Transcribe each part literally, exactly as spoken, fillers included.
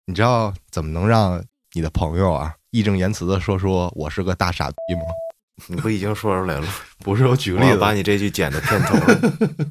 你知道怎么能让你的朋友啊义正言辞的说说我是个大傻逼吗？ 你不已经说出来了？ 不是，我举个例子， 我把你这句剪的片头了。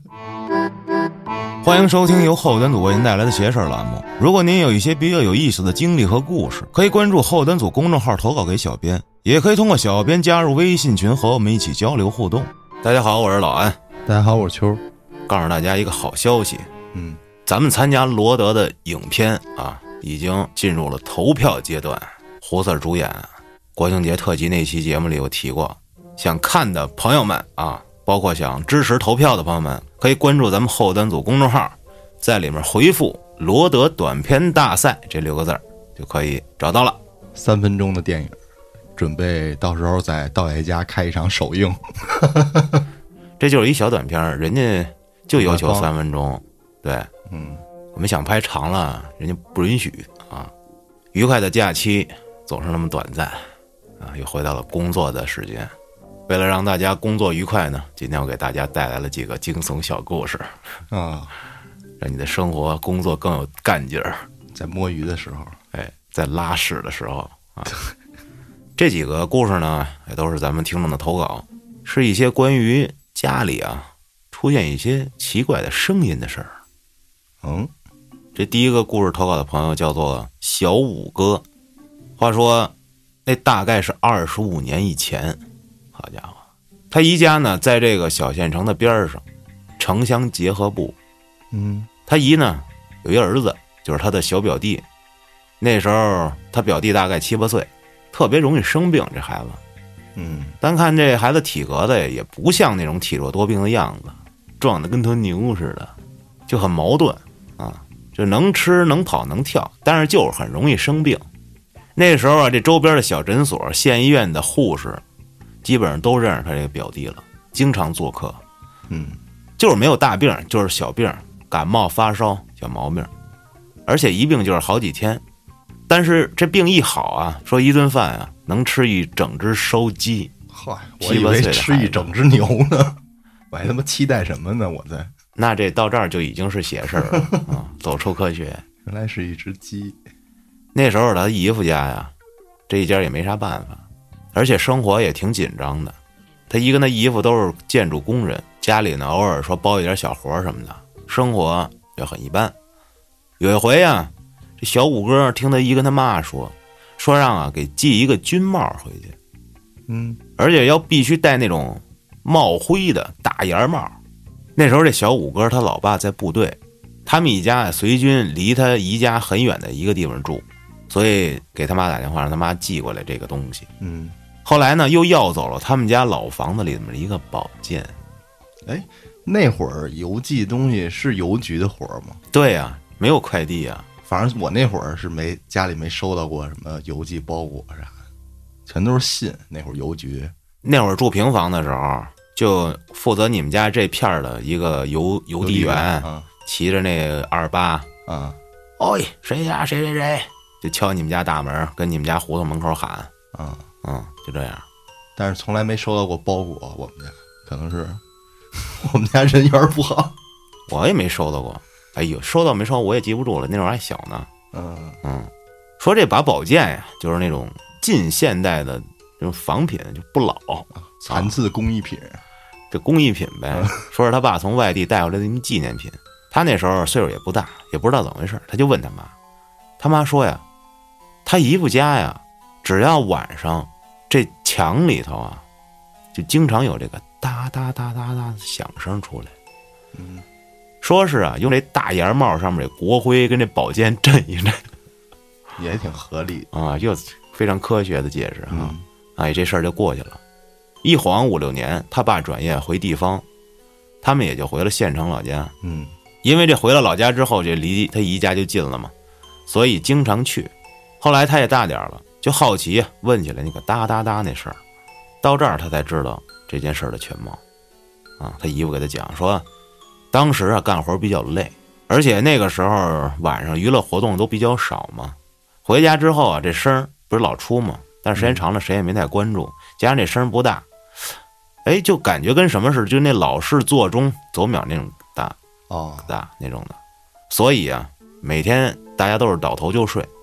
欢迎收听由后端组为您带来的邪事栏目。如果您有一些比较有意思的经历和故事，可以关注后端组公众号投稿给小编，也可以通过小编加入微信群和我们一起交流互动。大家好，我是老安。 大家好，我是秋。 告诉大家一个好消息， 嗯， 咱们参加罗德的影片啊，已经进入了投票阶段。胡 Sir 主演国庆节特辑那期节目里有提过，想看的朋友们啊，包括想支持投票的朋友们，可以关注咱们后端组公众号，在里面回复罗德短片大赛这六个字就可以找到了。 三分钟的电影，准备到时候在道爷家开一场首映。 这就是一小短片，人家就要求三分钟。对， 嗯， 我们想拍长了，人家不允许啊。愉快的假期总是那么短暂啊，又回到了工作的时间。为了让大家工作愉快呢，今天我给大家带来了几个惊悚小故事啊， 让你的生活工作更有干劲儿。 在摸鱼的时候， 哎，在拉屎的时候啊。这几个故事呢，也都是咱们听众的投稿，是一些关于家里啊出现一些奇怪的声音的事儿。 嗯， 这第一个故事投稿的朋友叫做小五哥。话说那大概是二十五年以前，好家伙，他姨家呢在这个小县城的边上，城乡结合部。 嗯， 他姨呢有一儿子，就是他的小表弟。那时候他表弟大概七八岁，特别容易生病。这孩子， 嗯， 单看这孩子体格的也不像那种体弱多病的样子，壮得跟头牛似的，就很矛盾啊，就能吃能跑能跳，但是就是很容易生病。那时候啊，这周边的小诊所、县医院的护士基本上都认识他这个表弟了，经常做客。 嗯， 就是没有大病，就是小病，感冒发烧小毛病，而且一病就是好几天。但是这病一好啊，说一顿饭啊能吃一整只烧鸡。 嗨，我以为吃一整只牛呢，我还他妈期待什么呢？我在那这到这儿就已经是邪事了啊！走出科学， 原来是一只鸡。 那时候他姨夫家呀，这一家也没啥办法，而且生活也挺紧张的。他姨跟他姨夫都是建筑工人，家里呢偶尔说包一点小活什么的，生活也很一般。有一回呀，这小五哥听他姨跟他妈说，说让啊给寄一个军帽回去， 嗯， 而且要必须戴那种帽徽的大檐帽。那时候这小五哥他老爸在部队，他们一家随军离他姨家很远的一个地方住，所以给他妈打电话让他妈寄过来这个东西。 嗯， 后来呢又要走了他们家老房子里面的一个宝剑。 哎，那会儿邮寄东西是邮局的活吗？ 对呀、啊，没有快递啊。 反正我那会儿是没家里没收到过什么邮寄包裹啥的，全都是信。那会儿邮局， 那会儿住平房的时候，就负责你们家这片的一个邮邮递员， 啊， 骑着那二八啊， 哎，谁家谁谁谁，就敲你们家大门，跟你们家胡同门口喊啊， 嗯，就这样。 但是从来没收到过包裹，我们家可能是我们家人缘不好， 我也没收到过。哎呦，收到没收我也记不住了，那会儿还小呢。 嗯嗯，说这把宝剑呀，就是那种近现代的这种仿品，就不老， 残次工艺品， 啊、这工艺品呗。说是他爸从外地带回来的一纪念品。他那时候岁数也不大，也不知道怎么回事，他就问他妈，他妈说呀，他姨夫家呀，只要晚上这墙里头啊，就经常有这个哒哒哒哒哒的响声出来。 嗯。 说是啊，用这大檐帽上面这国徽跟这宝剑震一震， 也挺合理啊，又非常科学的解释啊。 嗯、 哎，这事儿就过去了。一晃五六年，他爸转业回地方，他们也就回了县城老家。 嗯， 因为这回了老家之后，这离他姨家就近了嘛，所以经常去。后来他也大点了，就好奇问起来那个哒哒哒那事儿。到这儿他才知道这件事的全貌啊。他姨夫给他讲说，当时啊干活比较累，而且那个时候晚上娱乐活动都比较少嘛。回家之后啊，这声不是老出嘛，但是时间长了谁也没太关注，加上这声不大，哎，就感觉跟什么似的，就那老式座钟走秒那种大哦大那种的。所以啊，每天大家都是倒头就睡，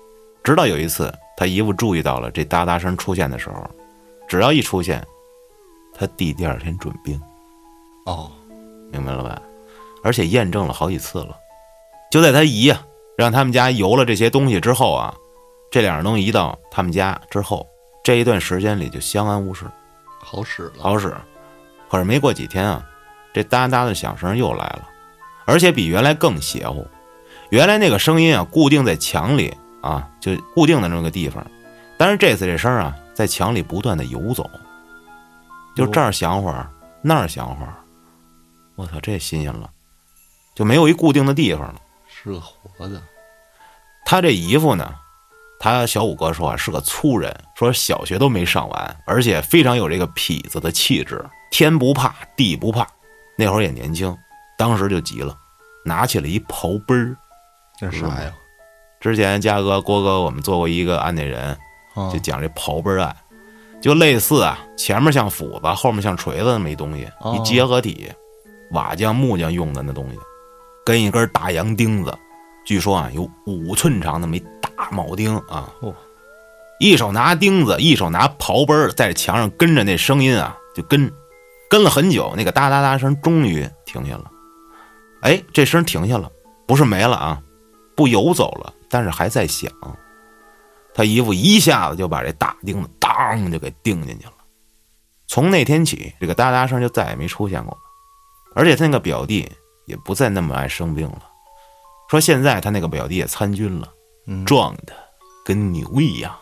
直到有一次他姨夫注意到了这哒哒声出现的时候，只要一出现，他弟第二天准病。 哦， 明白了吧？而且验证了好几次了。就在他姨啊让他们家邮了这些东西之后啊，这两样东西一到他们家之后，这一段时间里就相安无事， 好使了， 好使。可是没过几天啊，这哒哒的响声又来了，而且比原来更邪乎。原来那个声音啊固定在墙里啊，就固定的那个地方，但是这次这声啊在墙里不断的游走，就这儿响会儿那儿响会儿，我操，这新鲜了，就没有一固定的地方了。 是个活的。 他这姨夫呢，他小五哥说啊是个粗人，说小学都没上完，而且非常有这个痞子的气质，天不怕地不怕。那会儿也年轻，当时就急了，拿起了一刨杯儿。 这是啥呀？ 之前嘉哥郭哥我们做过一个案内人，就讲这刨杯案，就类似啊，前面像斧子，后面像锤子那么一东西，一结合体，瓦匠木匠用的那东西，跟一根大洋钉子，据说啊有五寸长那么一大铆钉啊，一手拿钉子，一手拿刨杯，在墙上跟着那声音啊，就跟跟了很久，那个哒哒哒声终于停下了。哎，这声停下了，不是没了啊，不游走了，但是还在响。他姨夫一下子就把这大钉子当就给钉进去了。从那天起，这个哒哒声就再也没出现过了。而且他那个表弟也不再那么爱生病了。说现在他那个表弟也参军了， 嗯、 壮的跟牛一样。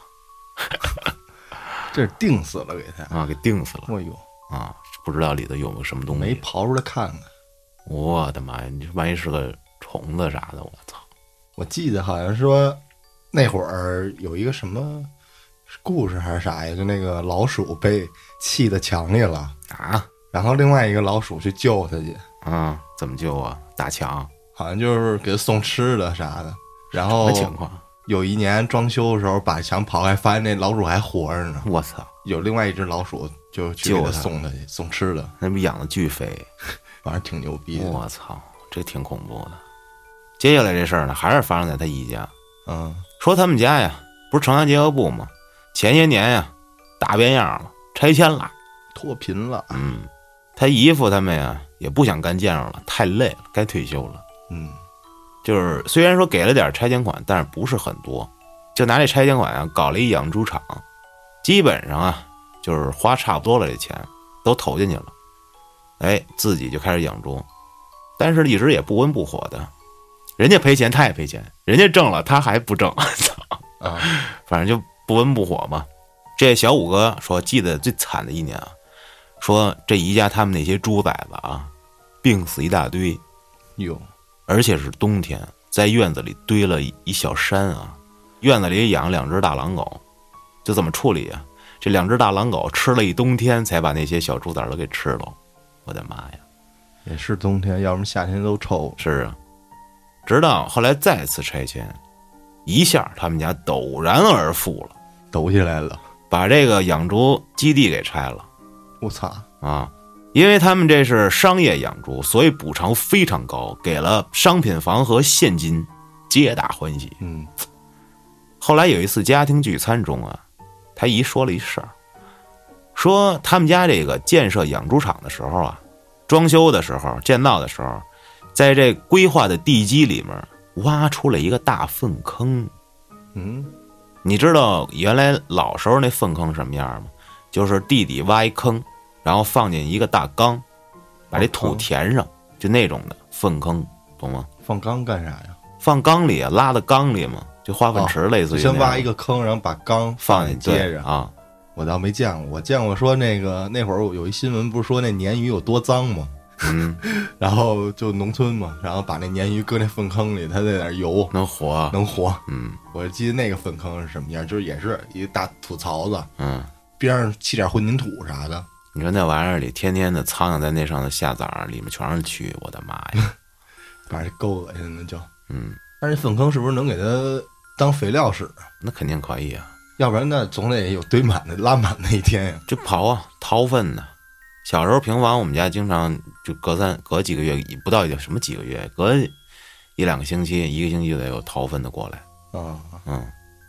这是钉死了给他啊，给钉死了。 哎呦啊，不知道里头有没有什么东西， 没刨出来看看。 我的妈呀！你万一是个虫子啥的，我操！ 我记得好像说那会儿有一个什么故事还是啥呀，就那个老鼠被气到墙里了啊， 然后另外一个老鼠去救它去啊，怎么救啊？打墙？ 好像就是给它送吃的啥的。然后什么情况？ 有一年装修的时候把墙刨开，发现那老鼠还活着呢。 我操！ 有另外一只老鼠就去给它送它去送吃的， 那不养的巨肥， 反正挺牛逼的。 我操，这挺恐怖的。接下来这事儿呢，还是发生在他姨家。 嗯， 说他们家呀，不是城乡结合部吗？前些年呀，大变样了，拆迁了， 脱贫了。 嗯，他姨夫他们呀，也不想干建筑了，太累了，该退休了。 嗯， 就是虽然说给了点拆迁款，但是不是很多，就拿这拆迁款啊，搞了一养猪场，基本上啊，就是花差不多了，这钱都投进去了。哎，自己就开始养猪，但是一直也不温不火的。人家赔钱他也赔钱，人家挣了他还不挣，操啊！ 反正就不温不火嘛。这小五哥说，记得最惨的一年啊，说这姨家他们那些猪崽子啊，病死一大堆， 哟， 而且是冬天，在院子里堆了一小山啊。院子里养两只大狼狗，就怎么处理啊？这两只大狼狗吃了一冬天，才把那些小猪崽都给吃了。我的妈呀！ 也是冬天，要么夏天都臭。 是啊。直到后来再次拆迁，一下他们家陡然而富了， 抖起来了， 把这个养猪基地给拆了。 我操啊！因为他们这是商业养猪，所以补偿非常高，给了商品房和现金，皆大欢喜。 嗯。 后来有一次家庭聚餐中啊，他姨说了一事儿，说他们家这个建设养猪场的时候啊，装修的时候、建造的时候，在这规划的地基里面挖出了一个大粪坑。 嗯， 你知道原来老时候那粪坑什么样吗？就是地底挖一坑，然后放进一个大缸，把这土填上，就那种的粪坑，懂吗？ 放缸干啥呀？ 放缸里啊，拉到缸里嘛，就化粪池类似于、哦。 先挖一个坑，然后把缸放进接着啊。 我倒没见过，我见过说那个那会儿有一新闻，不是说那鲶鱼有多脏吗？ 嗯， 然后就农村嘛，然后把那鲶鱼搁那粪坑里，它在那游， 能活， 能活。 嗯， 我记得那个粪坑是什么样，就是也是一个大土槽子， 嗯， 边上砌点混凝土啥的。 你说那玩意儿里天天的苍蝇在那上头下崽儿，里面全是蛆，我的妈呀， 反正够恶心的就。 嗯， 但是粪坑是不是能给它当肥料使？ 那肯定可以啊， 要不然那总得有堆满的拉满那一天呀。 就刨啊，掏粪呢。小时候平房我们家经常就隔三隔几个月，不到什么几个月，隔一两个星期一个星期就得有掏粪的过来。 啊， 嗯，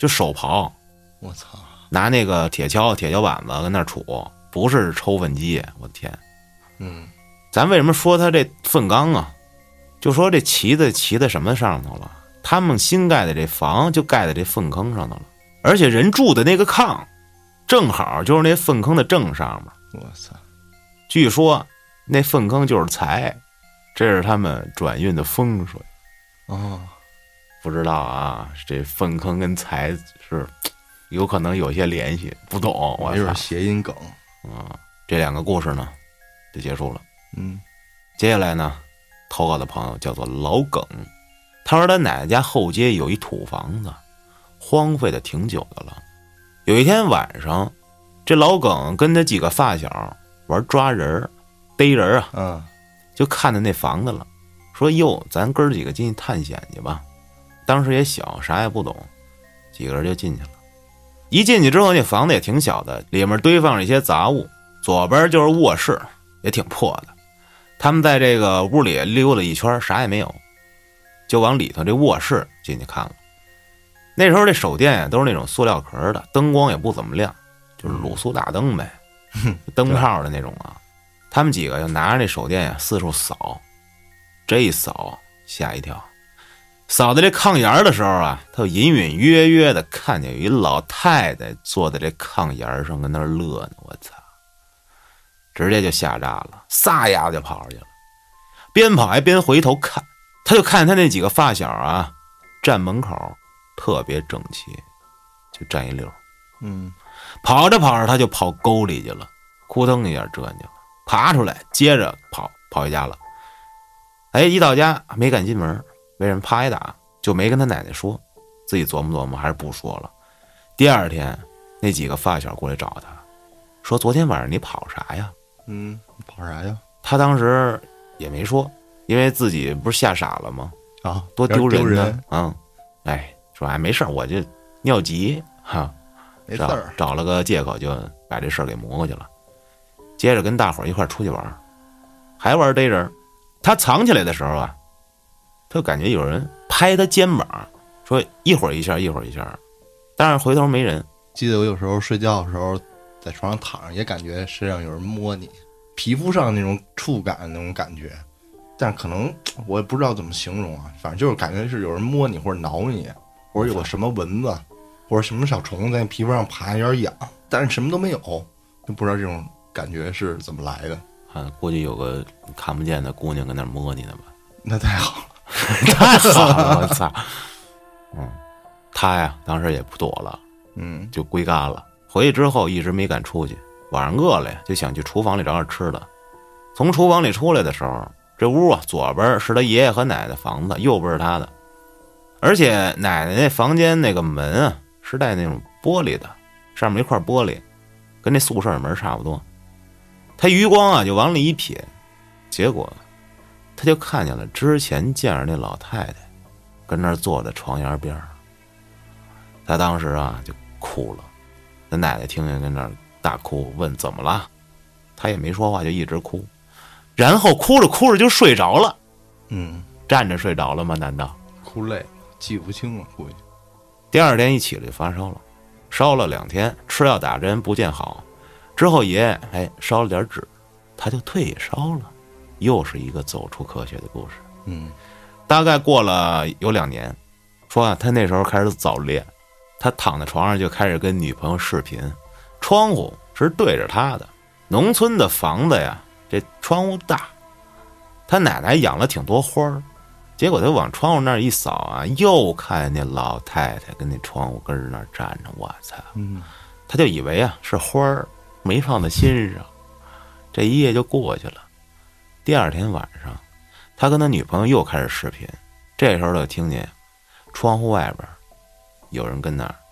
就手刨， 我操， 拿那个铁锹、铁锹板子跟那儿杵，不是抽粪机，我的天！ 嗯， 咱为什么说他这粪缸啊？就说这骑在骑在什么上头了？他们新盖的这房就盖在这粪坑上头了，而且人住的那个炕，正好就是那粪坑的正上面。 我操！ 据说那粪坑就是财，这是他们转运的风水。 哦， 不知道啊，这粪坑跟财是有可能有些联系，不懂。我没准谐音梗。 啊，这两个故事呢就结束了。 嗯， 接下来呢，投稿的朋友叫做老耿，他说他奶奶家后街有一土房子，荒废的挺久的了。有一天晚上，这老耿跟他几个发小玩抓人逮人啊， 嗯， 就看见那房子了，说哟，咱哥几个进去探险去吧。当时也小，啥也不懂，几个人就进去了。一进去之后，那房子也挺小的，里面堆放着一些杂物，左边就是卧室，也挺破的。他们在这个屋里溜了一圈，啥也没有，就往里头这卧室进去看了。那时候这手电呀都是那种塑料壳的，灯光也不怎么亮，就是卤素大灯呗，灯泡的那种啊。他们几个就拿着那手电呀四处扫，这一扫吓一跳，扫到这炕沿的时候啊，他就隐隐约约的看见有一老太太坐在这炕沿上跟那儿乐呢。我操！直接就吓炸了，撒丫子就跑出去了，边跑还边回头看，他就看见他那几个发小啊站门口特别整齐，就站一溜。 嗯， 跑着跑着他就跑沟里去了，扑腾一下折进去了，爬出来接着跑跑回家了。哎，一到家没敢进门，被人啪一打，就没跟他奶奶说，自己琢磨琢磨还是不说了。第二天那几个发小过来找他，说昨天晚上你跑啥呀？ 嗯，跑啥呀？ 他当时也没说，因为自己不是吓傻了吗？ 啊， 多丢人呢！ 人嗯，哎，说哎没事，我就尿急哈， 没事儿， 找找了个借口就把这事儿给磨过去了。接着跟大伙儿一块出去玩，还玩逮人。他藏起来的时候啊，他就感觉有人拍他肩膀，说一会儿一下一会儿一下，但是回头没人。 记得我有时候睡觉的时候在床上躺着，也感觉身上有人摸你，皮肤上那种触感那种感觉，但可能我也不知道怎么形容啊，反正就是感觉是有人摸你或者挠你，或者有个什么蚊子或者什么小虫子在皮肤上爬，有点痒，但是什么都没有，就不知道这种感觉是怎么来的。 啊，估计有个看不见的姑娘跟那摸你呢吧？ 那太好了， 太好了，我操！嗯，他呀当时也不躲了， 嗯， 就归家了。回去之后一直没敢出去，晚上饿了呀，就想去厨房里找点吃的。从厨房里出来的时候，这屋啊左边是他爷爷和奶奶的房子，右边是他的。而且奶奶那房间那个门啊是带那种玻璃的，上面一块玻璃，跟那宿舍门差不多。他余光啊就往里一瞥，结果他就看见了之前见着那老太太跟那儿坐在床沿边。他当时啊就哭了，他奶奶听见跟那儿大哭，问怎么了，他也没说话，就一直哭，然后哭着哭着就睡着了。 嗯， 站着睡着了吗？难道哭累了，记不清了，估计。 第二天一起来就发烧了，烧了两天，吃药打针不见好。之后爷爷哎烧了点纸，他就退烧了。又是一个走出科学的故事。 嗯， 大概过了有两年，说啊他那时候开始早恋，他躺在床上就开始跟女朋友视频，窗户是对着他的。农村的房子呀，这窗户大，他奶奶养了挺多花儿，结果他往窗户那儿一扫啊，又看见那老太太跟那窗户根儿那儿站着。我操！ 嗯， 他就以为啊是花儿，没放在心上，这一夜就过去了。第二天晚上，他跟他女朋友又开始视频，这时候就听见窗户外边有人跟那儿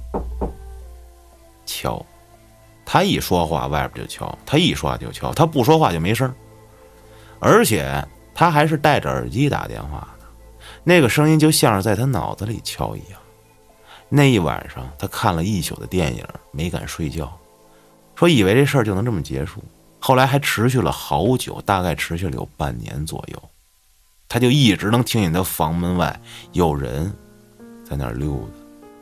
敲。他一说话外边就敲，他一说话就敲，他不说话就没声。而且他还是戴着耳机打电话的，那个声音就像是在他脑子里敲一样。那一晚上他看了一宿的电影，没敢睡觉，说以为这事儿就能这么结束。后来还持续了好久，大概持续了有半年左右，他就一直能听见他房门外有人在那儿溜达。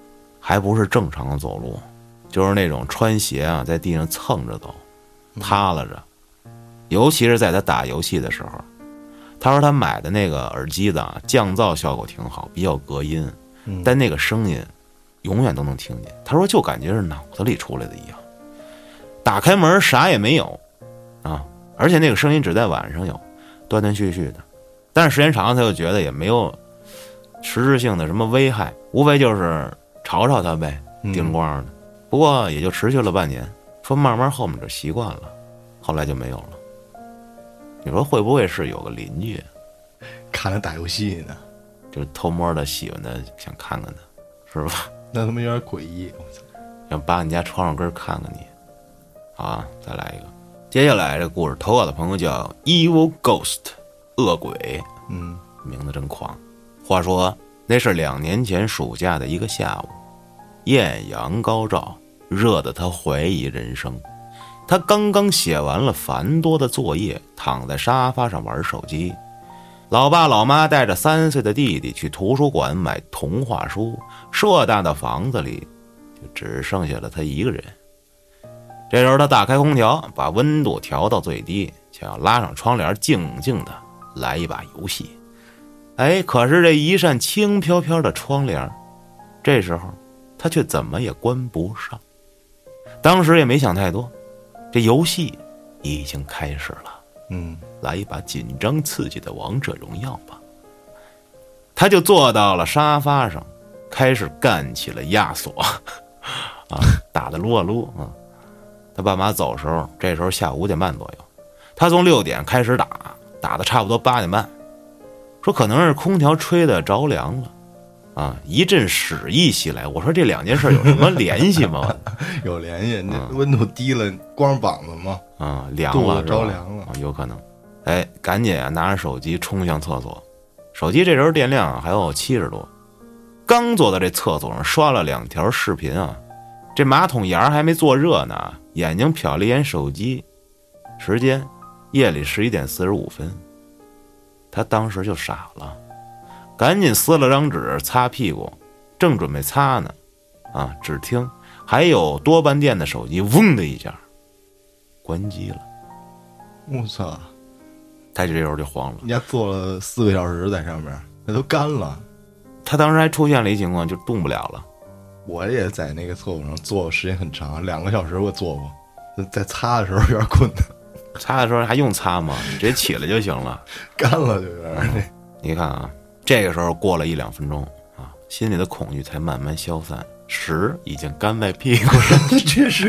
还不是正常的走路，就是那种穿鞋啊，在地上蹭着走，塌拉着。尤其是在他打游戏的时候，他说他买的那个耳机子啊，降噪效果挺好，比较隔音，但那个声音永远都能听见。他说就感觉是脑子里出来的一样。打开门啥也没有啊，而且那个声音只在晚上有，断断续续的。但是时间长了，他就觉得也没有实质性的什么危害，无非就是吵吵他呗，叮咣的。不过也就持续了半年，说慢慢后面就习惯了，后来就没有了。你说会不会是有个邻居看他打游戏呢， 就是偷摸的喜欢他，想看看他，是吧？ 那他妈有点诡异，我操！ 想扒你家窗上根看看你。好啊，再来一个。接下来这故事投稿的朋友叫 Evil Ghost 恶鬼， 嗯， 名字真狂。话说那是两年前暑假的一个下午，艳阳高照，热得他怀疑人生。他刚刚写完了繁多的作业，躺在沙发上玩手机。老爸老妈带着三岁的弟弟去图书馆买童话书，硕大的房子里就只剩下了他一个人。这时候他打开空调，把温度调到最低，想要拉上窗帘，静静的来一把游戏。哎，可是这一扇轻飘飘的窗帘，这时候他却怎么也关不上。当时也没想太多，这游戏已经开始了。 嗯， 来一把紧张刺激的王者荣耀吧。他就坐到了沙发上，开始干起了亚索啊，打得撸啊撸啊。他爸妈走的时候，这时候下午五点半左右，他从六点开始打，打的差不多八点半。说可能是空调吹的着凉了啊，一阵屎意袭来。我说这两件事有什么联系吗？ 有联系，那温度低了，光着膀子吗？ 啊，凉了， 着凉了、 啊，有可能。哎，赶紧啊，拿着手机冲向厕所。手机这时候电量还有七十多，刚坐到这厕所上刷了两条视频啊，这马桶沿还没坐热呢，眼睛瞟了一眼手机，时间夜里十一点四十五分。他当时就傻了，赶紧撕了张纸擦屁股，正准备擦呢，啊，只听还有多半电的手机嗡的一下关机了。 我操！ 他这时候就慌了， 人家坐了四个小时在上面，那都干了。 他当时还出现了一情况，就动不了了。 我也在那个厕所上坐时间很长，两个小时我坐过，在擦的时候有点困难。 擦的时候还用擦吗？直接起来就行了， 干了就有点、嗯。 你看啊，这个时候过了一两分钟啊，心里的恐惧才慢慢消散，屎已经干在屁股上。 确实，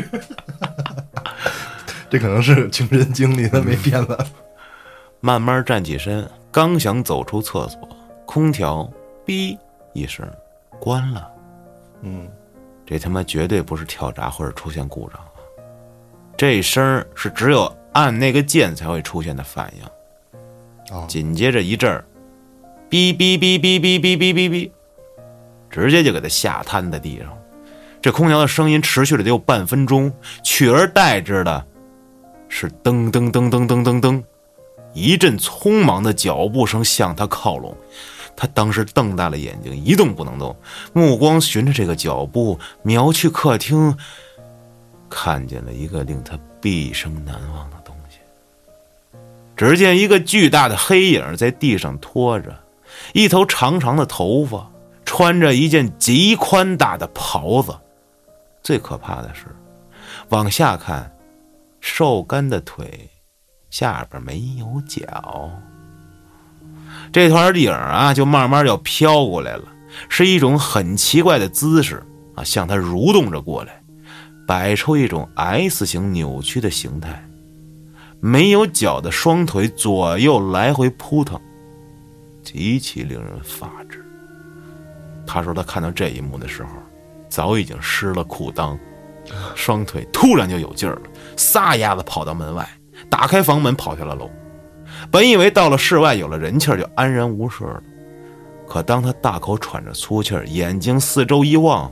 这可能是亲身经历，他没骗咱。 慢慢站起身，刚想走出厕所，空调哔一声关了。 嗯， 这他妈绝对不是跳闸或者出现故障啊！这声是只有按那个键才会出现的反应。 哦， 紧接着一阵儿，哔哔哔哔哔哔哔哔哔，直接就给他吓瘫在地上。这空调的声音持续了得有半分钟，取而代之的是噔噔噔噔噔噔噔，一阵匆忙的脚步声向他靠拢。他当时瞪大了眼睛，一动不能动，目光循着这个脚步瞄去客厅，看见了一个令他毕生难忘的东西。只见一个巨大的黑影在地上拖着一头长长的头发，穿着一件极宽大的袍子。最可怕的是往下看，瘦干的腿下边没有脚。这团影啊就慢慢要飘过来了，是一种很奇怪的姿势啊，向他蠕动着过来，摆出一种 S 型扭曲的形态，没有脚的双腿左右来回扑腾，极其令人发指。他说他看到这一幕的时候早已经湿了裤裆，双腿突然就有劲儿了，撒丫子跑到门外，打开房门跑下了楼。本以为到了室外有了人气就安然无事了，可当他大口喘着粗气，眼睛四周一望，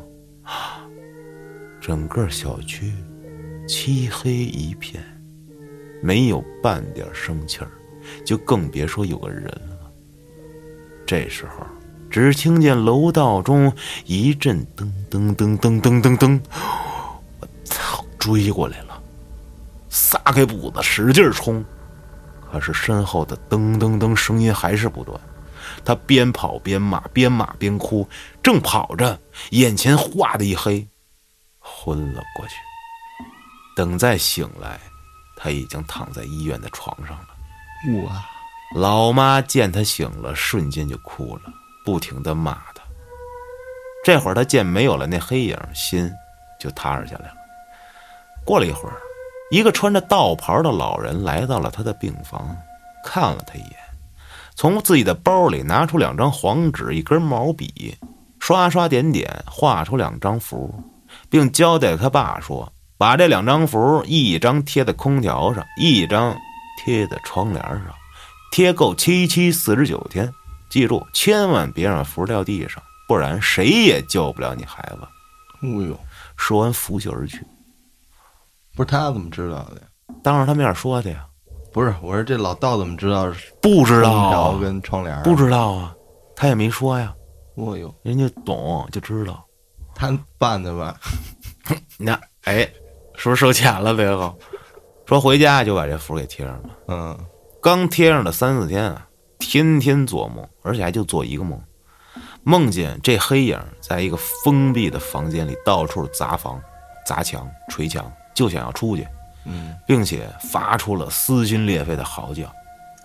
整个小区漆黑一片，没有半点生气儿，就更别说有个人了。这时候只听见楼道中一阵噔噔噔噔噔噔噔，我操，追过来了，撒开步子使劲冲，可是身后的噔噔噔声音还是不断。他边跑边骂，边骂边哭，正跑着，眼前哗的一黑，昏了过去。等再醒来，他已经躺在医院的床上了。 哇！ 老妈见他醒了，瞬间就哭了，不停地骂他。这会儿他见没有了那黑影，心就踏实下来了。过了一会儿，一个穿着道袍的老人来到了他的病房，看了他一眼，从自己的包里拿出两张黄纸，一根毛笔，刷刷点点画出两张符，并交代他爸说，把这两张符一张贴在空调上，一张贴在窗帘上，贴够七七四十九天，记住千万别让符掉地上，不然谁也救不了你孩子。 哎呦！ 说完拂袖而去。 不是他怎么知道的呀？ 当着他面说的呀。 不是，我说这老道怎么知道是不知道空调跟窗帘、啊？ 不知道啊，他也没说呀。 哦呦， 人家懂就知道， 他办的吧？ 那哎，是不是收钱了？最后说回家就把这符给贴上了。 嗯， 刚贴上的三四天啊，天天做梦，而且还就做一个梦，梦见这黑影在一个封闭的房间里到处砸房、砸墙、捶墙，就想要出去。 嗯， 并且发出了撕心裂肺的嚎叫，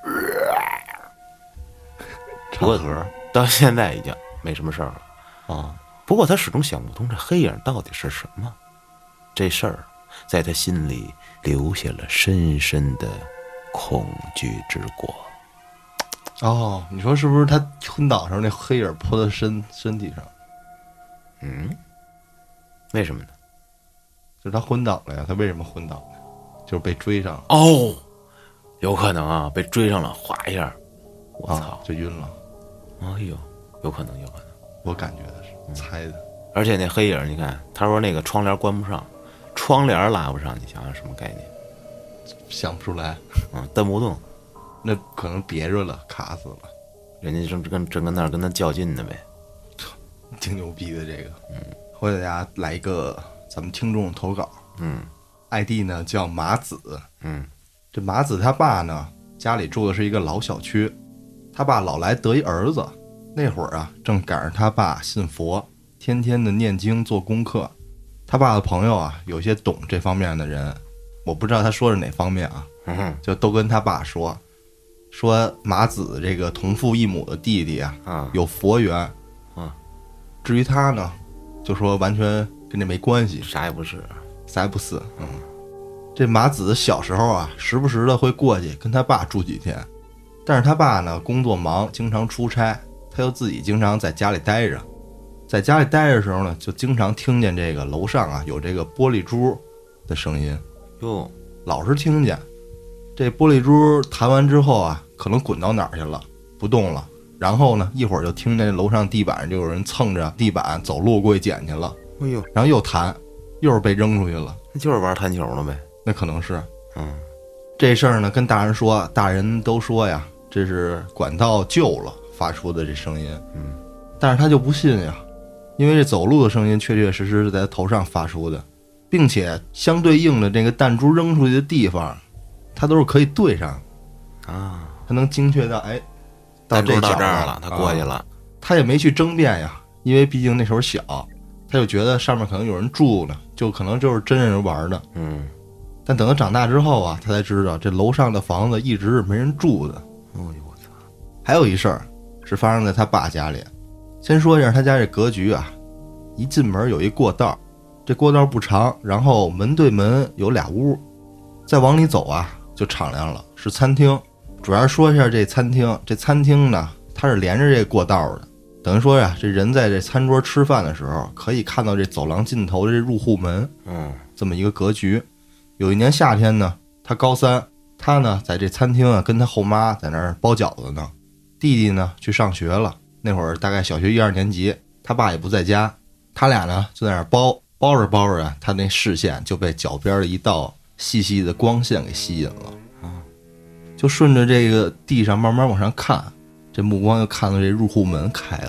唱和到现在已经没什么事儿了啊。 不过他始终想不通这黑影到底是什么，这事儿在他心里留下了深深的恐惧之过。 哦，你说是不是他昏倒时候那黑影扑到身身体上？ 嗯，为什么呢？ 就是他昏倒了呀，他为什么昏倒呢？就是被追上了。 哦，有可能啊，被追上了，哗一下，我操、啊， 就晕了。 哎呦，有可能，有可能， 我感觉的是、嗯、猜的。 而且那黑影，你看，他说那个窗帘关不上，窗帘拉不上，你想想什么概念？ 想不出来。 嗯，蹬不动， 那可能别着了，卡死了。 人家正跟正跟那儿跟他较劲呢呗， 挺牛逼的这个。嗯，我给大家来一个咱们听众投稿。 嗯。 I D 呢叫马子， 嗯， 这马子他爸呢家里住的是一个老小区，他爸老来得一儿子，那会儿啊正赶上他爸信佛，天天的念经做功课。他爸的朋友啊有些懂这方面的人，我不知道他说是哪方面啊， 嗯， 就都跟他爸说，说马子这个同父异母的弟弟啊， 啊有佛缘， 啊， 至于他呢，就说完全跟这没关系， 啥也不是。 啥也不是，嗯，这马子小时候啊，时不时的会过去跟他爸住几天，但是他爸呢工作忙，经常出差，他又自己经常在家里待着，在家里待着的时候呢，就经常听见这个楼上啊有这个玻璃珠的声音， 哟， 老是听见。这玻璃珠弹完之后啊，可能滚到哪儿去了，不动了，然后呢，一会儿就听见楼上地板上就有人蹭着地板走路过去捡去了， 哎呦， 然后又弹。又是被扔出去了， 那就是玩弹球了呗。 那可能是， 嗯， 这事儿呢跟大人说，大人都说呀，这是管道旧了发出的这声音， 嗯， 但是他就不信呀，因为这走路的声音确确实实是在他头上发出的，并且相对应的这个弹珠扔出去的地方，他都是可以对上啊， 他能精确到哎，到这到这儿了，他过去了、啊， 他也没去争辩呀，因为毕竟那时候小。他就觉得上面可能有人住呢，就可能就是真人玩的。 嗯， 但等他长大之后啊，他才知道这楼上的房子一直是没人住的。 哦呦我操！ 还有一事儿是发生在他爸家里。先说一下他家这格局啊，一进门有一过道，这过道不长，然后门对门有俩屋，再往里走啊就敞亮了，是餐厅。主要说一下这餐厅，这餐厅呢它是连着这过道的。等于说呀，这人在这餐桌吃饭的时候，可以看到这走廊尽头的这入户门， 嗯， 这么一个格局。有一年夏天呢，他高三，他呢在这餐厅啊跟他后妈在那儿包饺子呢，弟弟呢去上学了，那会儿大概小学一二年级，他爸也不在家，他俩呢就在那儿包，包着包着啊，他那视线就被脚边的一道细细的光线给吸引了， 啊， 就顺着这个地上慢慢往上看。这目光又看到这入户门开了，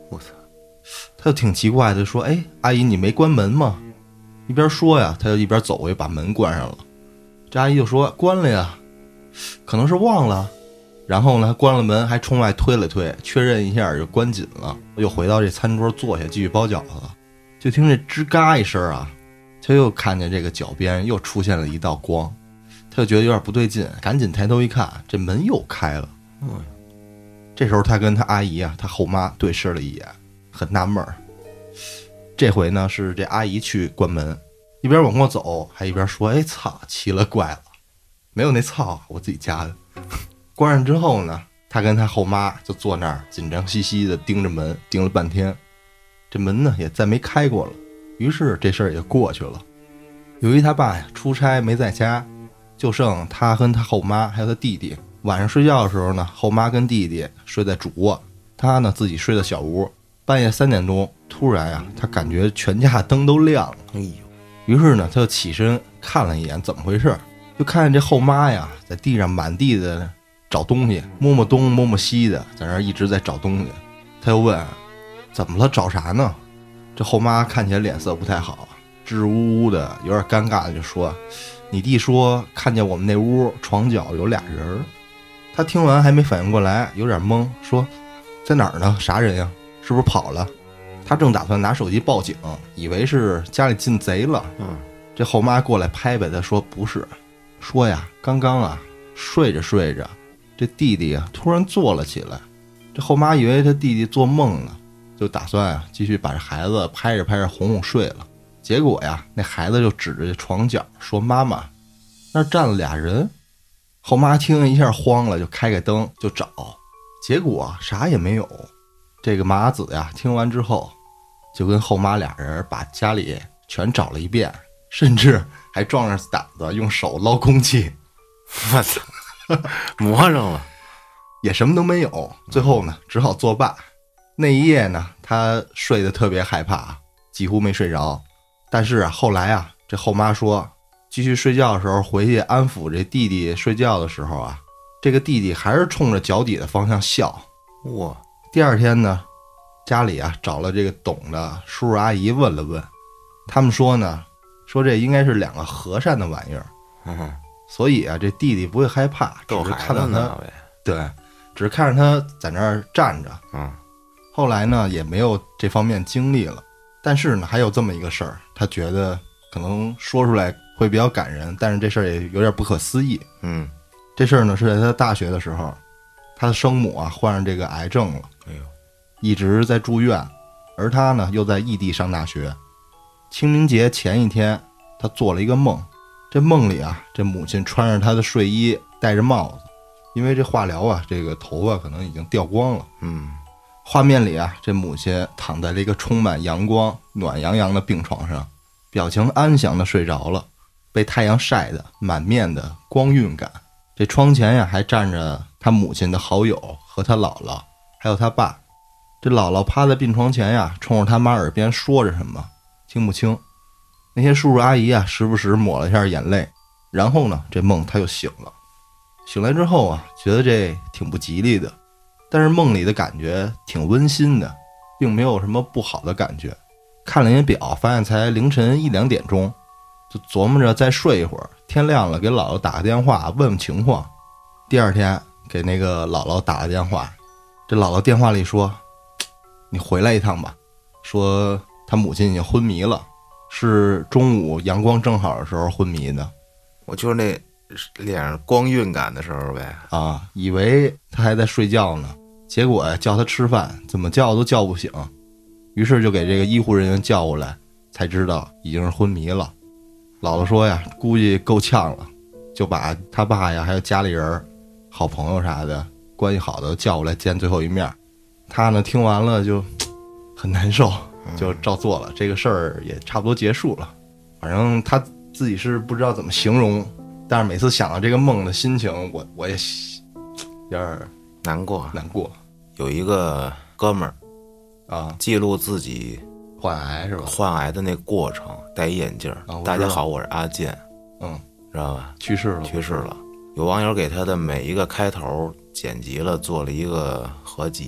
我操！他就挺奇怪的，说：“哎，阿姨，你没关门吗？”一边说呀，他就一边走过去把门关上了。这阿姨就说：“关了呀，可能是忘了。”然后呢，关了门，还冲外推了推，确认一下就关紧了。又回到这餐桌坐下，继续包饺子了。就听这吱嘎一声啊，他又看见这个脚边又出现了一道光，他就觉得有点不对劲，赶紧抬头一看，这门又开了。嗯，这时候他跟他阿姨啊，他后妈对视了一眼，很纳闷儿。这回呢是这阿姨去关门，一边往过走，还一边说：“哎操，奇了怪了，没有那操，我自己家的。”关上之后呢，他跟他后妈就坐那儿紧张兮兮的盯着门，盯了半天，这门呢也再没开过了。于是这事儿也过去了。由于他爸呀出差没在家，就剩他跟他后妈还有他弟弟。晚上睡觉的时候呢，后妈跟弟弟睡在主卧，他呢自己睡在小屋。半夜三点钟，突然呀，他感觉全家灯都亮了。哎呦！于是呢，他就起身看了一眼，怎么回事？就看见这后妈呀，在地上满地的找东西，摸摸东摸摸西的，在那儿一直在找东西。他又问：“怎么了？找啥呢？”这后妈看起来脸色不太好，支吾吾的，有点尴尬的就说：“你弟说看见我们那屋床角有俩人。”他听完还没反应过来，有点懵，说：“在哪儿呢？啥人呀？是不是跑了？”他正打算拿手机报警，以为是家里进贼了。嗯，这后妈过来拍拍他说：“不是，说呀，刚刚啊睡着睡着，这弟弟啊突然坐了起来。这后妈以为他弟弟做梦呢，就打算啊继续把这孩子拍着拍着哄哄睡了。结果呀，那孩子就指着床角说：“妈妈，那儿站了俩人。”后妈听一下慌了，就开开灯就找，结果啊啥也没有。这个麻子呀听完之后，就跟后妈俩人把家里全找了一遍，甚至还壮着胆子用手捞空气。 我操，魔上了， 也什么都没有。最后呢，只好作罢。那一夜呢，他睡得特别害怕，几乎没睡着。但是啊，后来啊，这后妈说，继续睡觉的时候回去安抚这弟弟睡觉的时候啊，这个弟弟还是冲着脚底的方向笑。哇！第二天呢，家里啊找了这个懂的叔叔阿姨问了问，他们说呢，说这应该是两个和善的玩意儿。嗯，所以啊，这弟弟不会害怕，只是看到他，对，只是看着他在那儿站着。嗯，后来呢也没有这方面经历了。但是呢，还有这么一个事儿，他觉得可能说出来会比较感人，但是这事儿也有点不可思议。嗯，这事儿呢是在他大学的时候，他的生母啊患上这个癌症了，哎呦，一直在住院，而他呢又在异地上大学。清明节前一天，他做了一个梦，这梦里啊，这母亲穿着他的睡衣，戴着帽子，因为这化疗啊，这个头发可能已经掉光了。嗯。画面里啊，这母亲躺在了一个充满阳光、暖洋洋的病床上，表情安详地睡着了，被太阳晒得满面的光晕感。这窗前呀，还站着他母亲的好友和他姥姥，还有他爸。这姥姥趴在病床前呀，冲着他妈耳边说着什么，听不清。那些叔叔阿姨啊，时不时抹了一下眼泪。然后呢，这梦他又醒了。醒来之后啊，觉得这挺不吉利的。但是梦里的感觉挺温馨的，并没有什么不好的感觉。看了一眼表，发现才凌晨一两点钟，就琢磨着再睡一会儿，天亮了给姥姥打个电话问问情况。第二天给那个姥姥打了电话，这姥姥电话里说：“你回来一趟吧。”说他母亲已经昏迷了，是中午阳光正好的时候昏迷的。 我就是那脸上光晕感的时候呗。 啊，以为他还在睡觉呢。结果叫他吃饭，怎么叫都叫不醒，于是就给这个医护人员叫过来，才知道已经是昏迷了。姥姥说呀，估计够呛了，就把他爸呀，还有家里人、好朋友啥的，关系好的叫过来见最后一面。他呢听完了就很难受，就照做了，这个事儿也差不多结束了。反正他自己是不知道怎么形容，但是每次想到这个梦的心情，我我也有点难过难过。 有一个哥们儿啊， 记录自己患癌是吧？ 患癌的那过程，戴一眼镜、啊。大家好，我是阿健， 嗯， 知道吧？ 去世了， 去世了。有网友给他的每一个开头剪辑了，做了一个合集，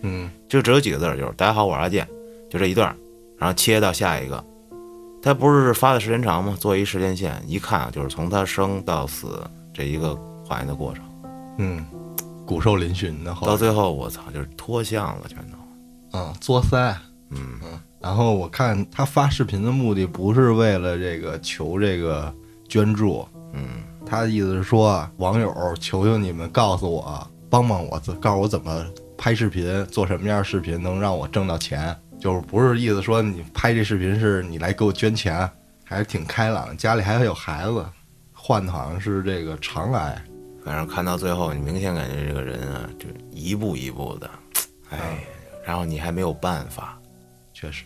嗯， 就只有几个字，就是大家好，我是阿健，就这一段，然后切到下一个。他不是发的时间长吗？做一时间线，一看就是从他生到死这一个还原的过程。 嗯，骨瘦嶙峋的， 到最后我操，就是脱相了，全都。 嗯，作腮。 嗯嗯。然后我看他发视频的目的不是为了这个求这个捐助， 嗯， 他的意思是说，网友求求你们告诉我，帮帮我，告诉我怎么拍视频，做什么样的视频能让我挣到钱。就是不是意思说你拍这视频是你来给我捐钱，还是挺开朗，家里还有孩子，患的好像是这个肠癌。 反正看到最后，你明显感觉这个人啊，就一步一步的，哎，嗯、然后你还没有办法， 确实，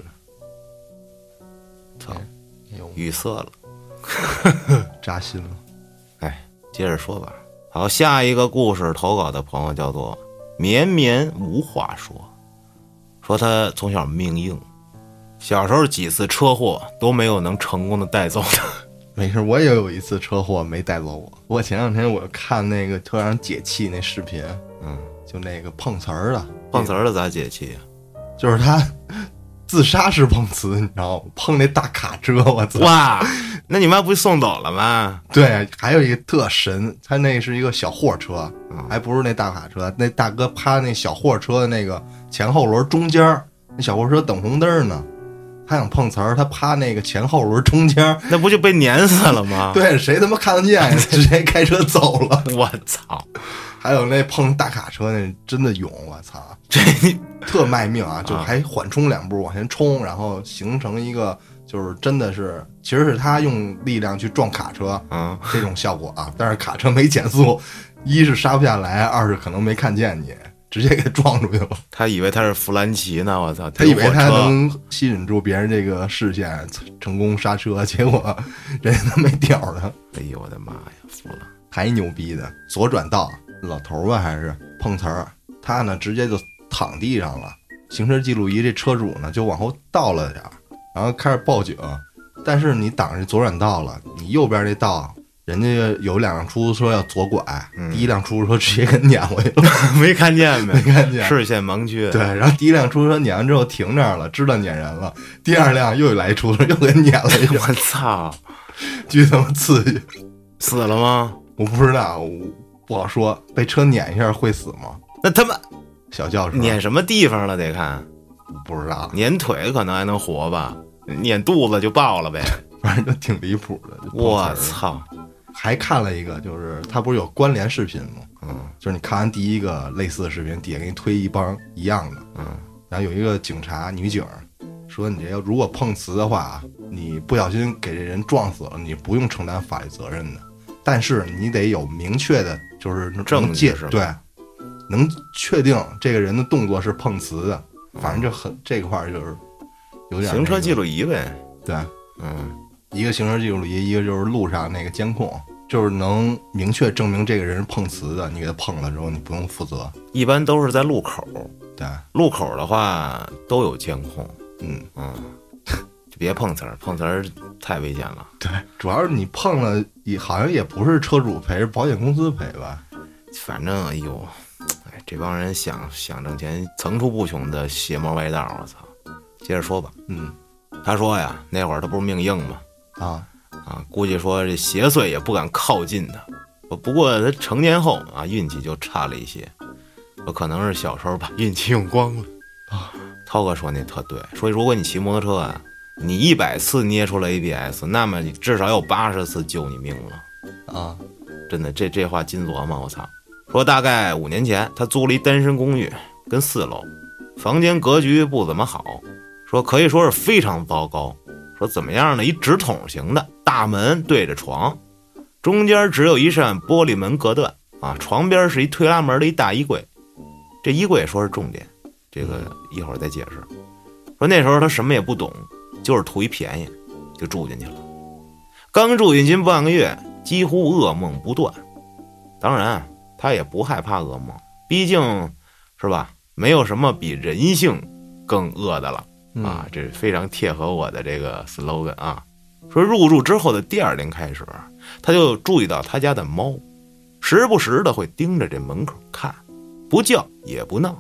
操，语塞了， 扎心了。 哎，接着说吧。好，下一个故事投稿的朋友叫做绵绵无话说。说他从小命硬，小时候几次车祸都没有能成功的带走他。 没事，我也有一次车祸没带走我。我前两天我看那个特让人解气那视频， 嗯， 就那个碰瓷儿的， 碰瓷儿的咋解气啊？ 就是他自杀式碰瓷，你知道吗？碰那大卡车，我操！ 哇，那你妈不是送走了吗？ 对，还有一个特神，他那是一个小货车，嗯、还不是那大卡车。那大哥趴那小货车的那个前后轮中间，那小货车等红灯呢，他想碰瓷儿，他趴那个前后轮中间， 那不就被碾死了吗？ 对，谁他妈看得见？直接开车走了。 我操！ 还有那碰大卡车那真的勇，我操， 这特卖命啊！就还缓冲两步往前冲，然后形成一个就是真的是，其实是他用力量去撞卡车， 嗯， 这种效果啊。但是卡车没减速，一是刹不下来，二是可能没看见你，直接给撞出去了。 他以为他是弗兰奇呢，我操！ 他以为他能吸引住别人这个视线，成功刹车，结果人家都没屌他。 哎呦我的妈呀，服了！ 还牛逼的，左转道。老头吧还是碰瓷儿，他呢直接就躺地上了。行车记录仪这车主呢就往后倒了点，然后开始报警。但是你挡着左转道了，你右边这道人家有两辆出租车要左拐，嗯、第一辆出租车直接给撵回去了， 没看见没？ 没看见， 视线盲区。 对，然后第一辆出租车撵完之后停这儿了，知道撵人了。第二辆又来出租车又给撵了一下， 我操， 巨他妈刺激！ 死了吗？ 我不知道。我不好说，被车碾一下会死吗？ 那他妈小轿车碾什么地方了？得看， 不知道。 碾腿可能还能活吧，碾肚子就爆了呗。 反正就挺离谱的。 我操！ 还看了一个，就是他不是有关联视频吗？ 嗯， 就是你看完第一个类似的视频，底下给你推一帮一样的。 嗯， 然后有一个警察女警说，你这要如果碰瓷的话，你不小心给这人撞死了，你不用承担法律责任的。但是你得有明确的，就是证据是吧？ 对，能确定这个人的动作是碰瓷的。反正就很这块儿就是有点、那个、 行车记录仪呗。 对， 嗯， 一个行车记录仪，一个就是路上那个监控，就是能明确证明这个人是碰瓷的。你给他碰了之后，你不用负责。 一般都是在路口。 对， 路口的话都有监控。 嗯嗯。就别碰瓷儿，碰瓷儿太危险了。 对，主要是你碰了，也好像也不是车主赔，是保险公司赔吧。 反正哎呦，哎，这帮人想想挣钱，层出不穷的邪魔歪道，我操！接着说吧。 嗯， 他说呀，那会儿他不是命硬吗？ 啊啊，估计说这邪祟也不敢靠近他。不过他成年后啊，运气就差了一些。有可能是小时候把运气用光了。 啊， 涛哥说那特对，说如果你骑摩托车啊。你一百次捏出了 A B S， 那么你至少有八十次救你命了啊！ 真的，这这话金琢磨，我操！说大概五年前，他租了一单身公寓，跟四楼，房间格局不怎么好，说可以说是非常糟糕。说怎么样呢？一直筒型的大门对着床，中间只有一扇玻璃门隔断啊，床边是一推拉门的一大衣柜。这衣柜说是重点，这个一会儿再解释。说那时候他什么也不懂。就是图一便宜，就住进去了。刚住进去半个月，几乎噩梦不断。当然，他也不害怕噩梦，毕竟，是吧？没有什么比人性更恶的了啊！这非常贴合我的这个 slogan 啊。说入住之后的第二天开始，他就注意到他家的猫，时不时的会盯着这门口看，不叫也不闹，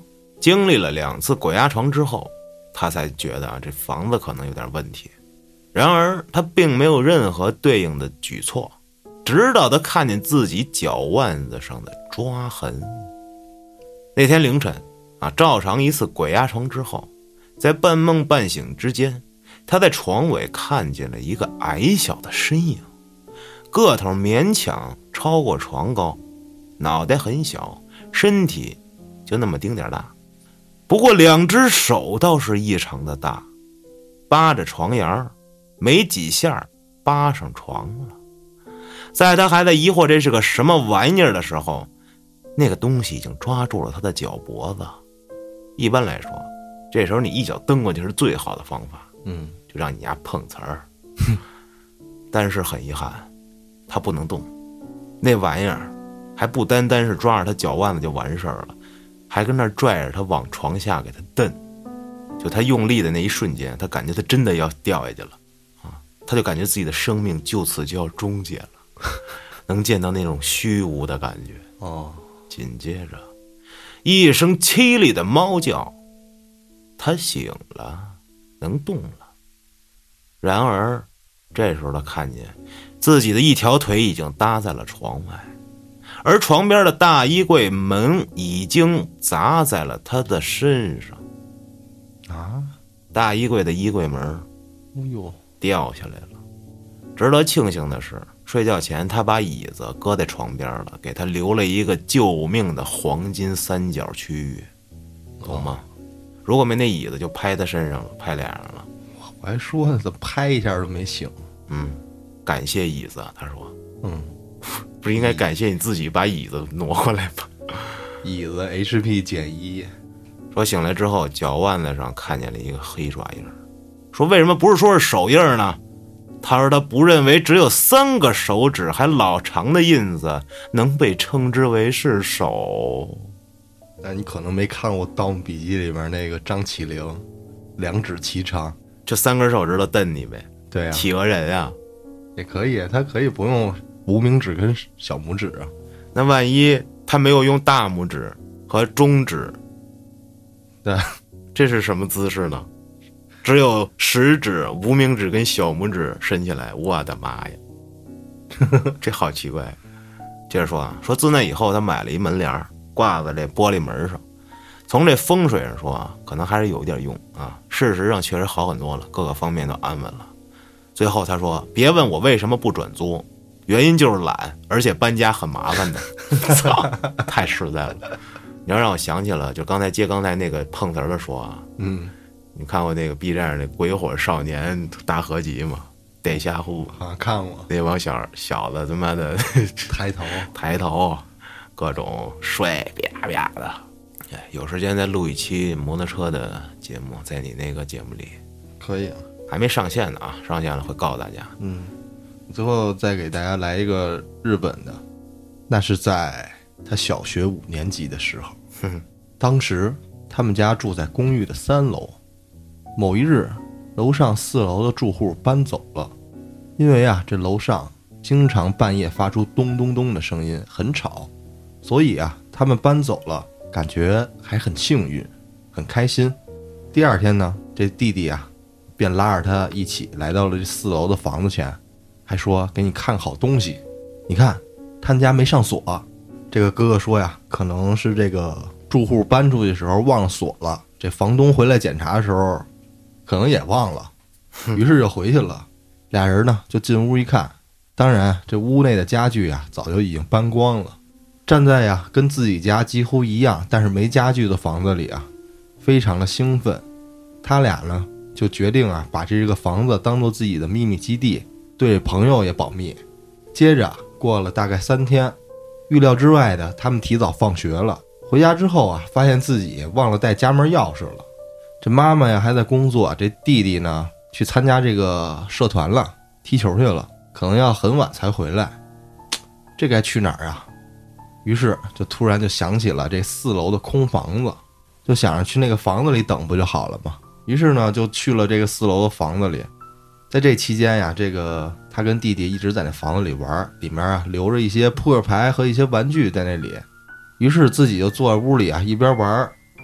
经历了两次鬼压床之后，他才觉得啊，这房子可能有点问题。然而他并没有任何对应的举措，直到他看见自己脚腕子上的抓痕。那天凌晨啊，照常一次鬼压床之后，在半梦半醒之间，他在床尾看见了一个矮小的身影，个头勉强超过床高，脑袋很小，身体就那么丁点大，不过两只手倒是异常的大，扒着床沿，没几下扒上床了。在他还在疑惑这是个什么玩意儿的时候，那个东西已经抓住了他的脚脖子。一般来说，这时候你一脚蹬过去是最好的方法， 嗯， 就让你丫碰瓷儿。但是很遗憾，他不能动。那玩意儿还不单单是抓着他脚腕子就完事儿了，还跟那儿拽着他往床下给他蹬。就他用力的那一瞬间，他感觉他真的要掉下去了啊！他就感觉自己的生命就此就要终结了，能见到那种虚无的感觉。 哦， 紧接着一声凄厉的猫叫，他醒了，能动了。然而这时候他看见自己的一条腿已经搭在了床外，而床边的大衣柜门已经砸在了他的身上啊！ 大衣柜的衣柜门哎呦掉下来了。值得庆幸的是，睡觉前他把椅子搁在床边了，给他留了一个救命的黄金三角区域，懂吗？如果没那椅子就拍他身上了，拍脸上了。 我还说呢，怎么拍一下都没醒？ 嗯，感谢椅子，他说。 嗯， 不是应该感谢你自己把椅子挪过来吗？ 椅子 H P 减一。 说醒来之后，脚腕子上看见了一个黑爪印。说为什么不是说是手印呢？他说他不认为只有三个手指还老长的印子能被称之为是手。 那你可能没看过《盗墓笔记》里面那个张起灵，两指齐长， 就三根手指头蹬你呗。 对啊， 企鹅人啊， 也可以，他可以不用无名指跟小拇指啊。 那万一他没有用大拇指和中指， 对， 这是什么姿势呢？只有食指、无名指跟小拇指伸起来，我的妈呀，这好奇怪。接着说啊，说自那以后他买了一门帘挂在这玻璃门上，从这风水上说啊，可能还是有一点用啊。事实上确实好很多了，各个方面都安稳了。最后他说，别问我为什么不转租，原因就是懒，而且搬家很麻烦的。操，太实在了。你要让我想起了，就刚才接刚才那个碰瓷儿的说啊， 嗯， 你看过那个 B 站上那《鬼火少年》大合集吗？逮瞎户啊，看过那帮小小子他妈的抬头抬头，各种睡啪啪的。哎，有时间再录一期摩托车的节目，在你那个节目里可以啊， 还没上线呢啊，上线了会告诉大家。 嗯，最后再给大家来一个日本的，那是在他小学五年级的时候，当时他们家住在公寓的三楼，某一日楼上四楼的住户搬走了，因为啊这楼上经常半夜发出咚咚咚的声音，很吵，所以啊他们搬走了，感觉还很幸运，很开心。第二天呢，这弟弟啊便拉着他一起来到了这四楼的房子前，还说给你看好东西，你看他们家没上锁。这个哥哥说呀，可能是这个住户搬出去的时候忘了锁了，这房东回来检查的时候可能也忘了，于是就回去了。俩人呢就进屋一看，当然这屋内的家具啊早就已经搬光了。站在呀跟自己家几乎一样但是没家具的房子里啊，非常的兴奋。他俩呢就决定啊把这个房子当做自己的秘密基地，对朋友也保密。接着过了大概三天，预料之外的他们提早放学了，回家之后啊发现自己忘了带家门钥匙了。这妈妈呀还在工作，这弟弟呢去参加这个社团了，踢球去了，可能要很晚才回来，这该去哪儿啊？于是就突然就想起了这四楼的空房子，就想着去那个房子里等不就好了吗？于是呢就去了这个四楼的房子里。在这期间呀，这个他跟弟弟一直在那房子里玩，里面啊留着一些扑克牌和一些玩具在那里。于是自己就坐在屋里啊，一边玩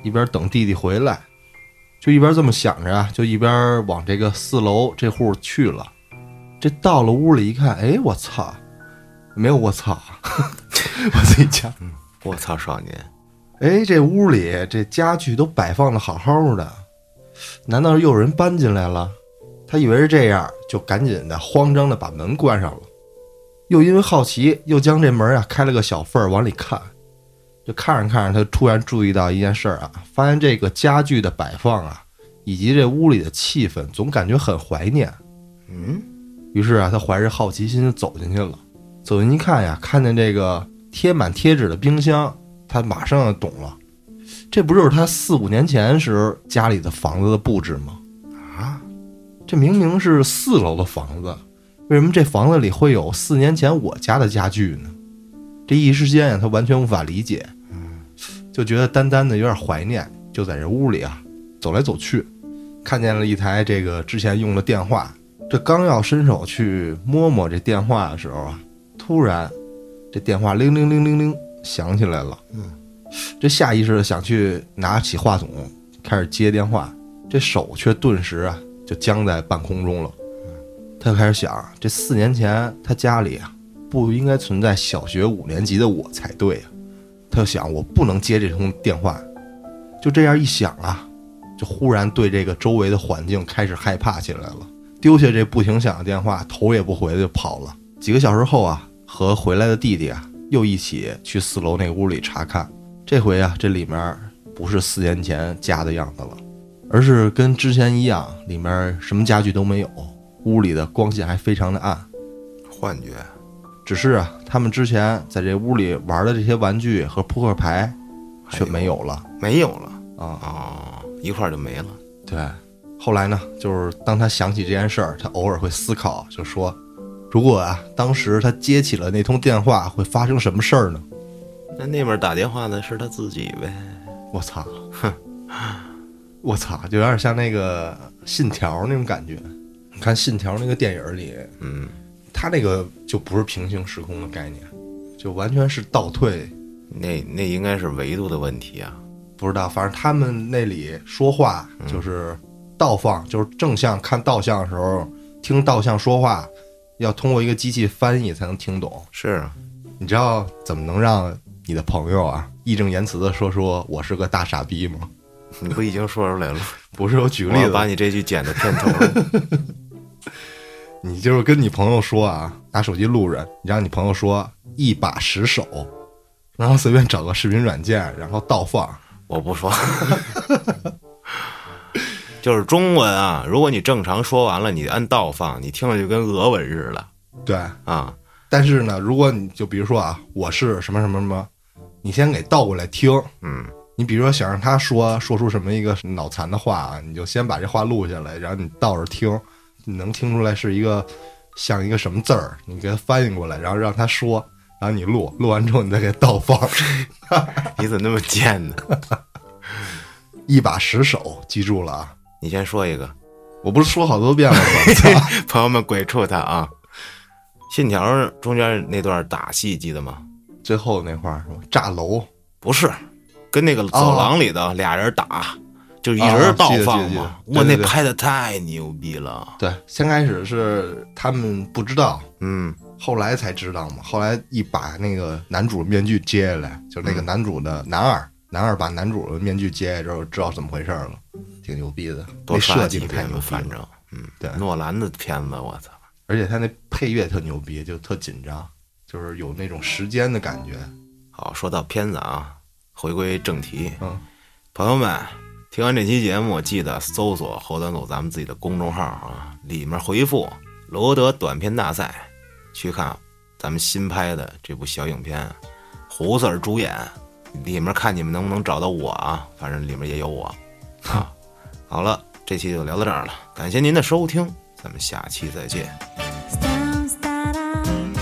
一边等弟弟回来，就一边这么想着啊，就一边往这个四楼这户去了。这到了屋里一看，哎，我操，没有我操，我自己讲， 嗯，我操少年， 哎，这屋里这家具都摆放的好好的，难道又有人搬进来了？他以为是这样，就赶紧的慌张的把门关上了。又因为好奇，又将这门啊开了个小缝往里看。就看着看着，他突然注意到一件事啊，发现这个家具的摆放啊，以及这屋里的气氛，总感觉很怀念。 嗯， 于是啊，他怀着好奇心就走进去了。走进一看呀，看见这个贴满贴纸的冰箱，他马上就懂了，这不就是他四五年前时家里的房子的布置吗？ 啊， 这明明是四楼的房子，为什么这房子里会有四年前我家的家具呢？这一时间呀，他完全无法理解，就觉得单单的有点怀念，就在这屋里啊走来走去，看见了一台这个之前用的电话，这刚要伸手去摸摸这电话的时候啊，突然这电话铃铃铃铃铃响起来了，嗯，这下意识的想去拿起话筒开始接电话，这手却顿时啊就僵在半空中了。他就开始想，这四年前他家里啊不应该存在小学五年级的我才对啊。他就想，我不能接这通电话。就这样一想啊，就忽然对这个周围的环境开始害怕起来了，丢下这不停响的电话，头也不回的就跑了。几个小时后啊，和回来的弟弟啊又一起去四楼那个屋里查看。这回啊，这里面不是四年前家的样子了，而是跟之前一样，里面什么家具都没有，屋里的光线还非常的暗。 幻觉。 只是啊，他们之前在这屋里玩的这些玩具和扑克牌却没有了， 没有了啊哦，一块就没了。 对，后来呢，就是当他想起这件事儿，他偶尔会思考，就说，如果啊，当时他接起了那通电话，会发生什么事儿呢？ 那那边打电话的是他自己呗。 我操，哼，我操，就有点像那个信条那种感觉。你看信条那个电影里， 嗯。 他那个就不是平行时空的概念，就完全是倒退。 那那应该是维度的问题啊， 不知道，反正他们那里说话就是倒放，嗯、就是正向看倒向的时候，听倒向说话，要通过一个机器翻译才能听懂。 是啊， 你知道怎么能让你的朋友啊义正言辞的说说我是个大傻逼吗？ 你不已经说出来了？ 不是，我举个例子， 我把你这句剪的片头了。 你就是跟你朋友说啊，拿手机录着，你让你朋友说一把十手，然后随便找个视频软件，然后倒放。 我不说，就是中文啊。如果你正常说完了，你按倒放，你听了就跟俄文似的。 对啊， 但是呢，如果你就比如说啊，我是什么什么什么，你先给倒过来听。 嗯， 你比如说想让他说说出什么一个脑残的话啊，你就先把这话录下来，然后你倒着听。你能听出来是一个像一个什么字儿，你给它翻译过来，然后让他说，然后你录，录完之后你再给它倒放。 你怎么那么贱呢？ 一把十手，记住了啊！ 你先说一个， 我不是说好多遍了吗？ 朋友们鬼畜他啊！信条中间那段打戏记得吗？ 最后那块儿是吧？炸楼不是，跟那个走廊里的俩人打。哦，就一人倒放嘛，我那拍的太牛逼了。 对，先开始是他们不知道， 嗯， 后来才知道嘛。后来一把那个男主面具揭下来，就那个男主的男二，嗯、男二把男主的面具揭下来之后，知道怎么回事了，挺牛逼的。 多设计太牛逼了， 反正，嗯， 对， 诺兰的片子，我操！ 而且他那配乐特牛逼，就特紧张，就是有那种时间的感觉。 好，说到片子啊，回归正题， 嗯， 朋友们。听完这期节目，记得搜索后端组咱们自己的公众号啊，里面回复罗德短片大赛，去看咱们新拍的这部小影片，胡 Sir 主演，里面看你们能不能找到我啊，反正里面也有我啊。好了，这期就聊到这儿了，感谢您的收听，咱们下期再见。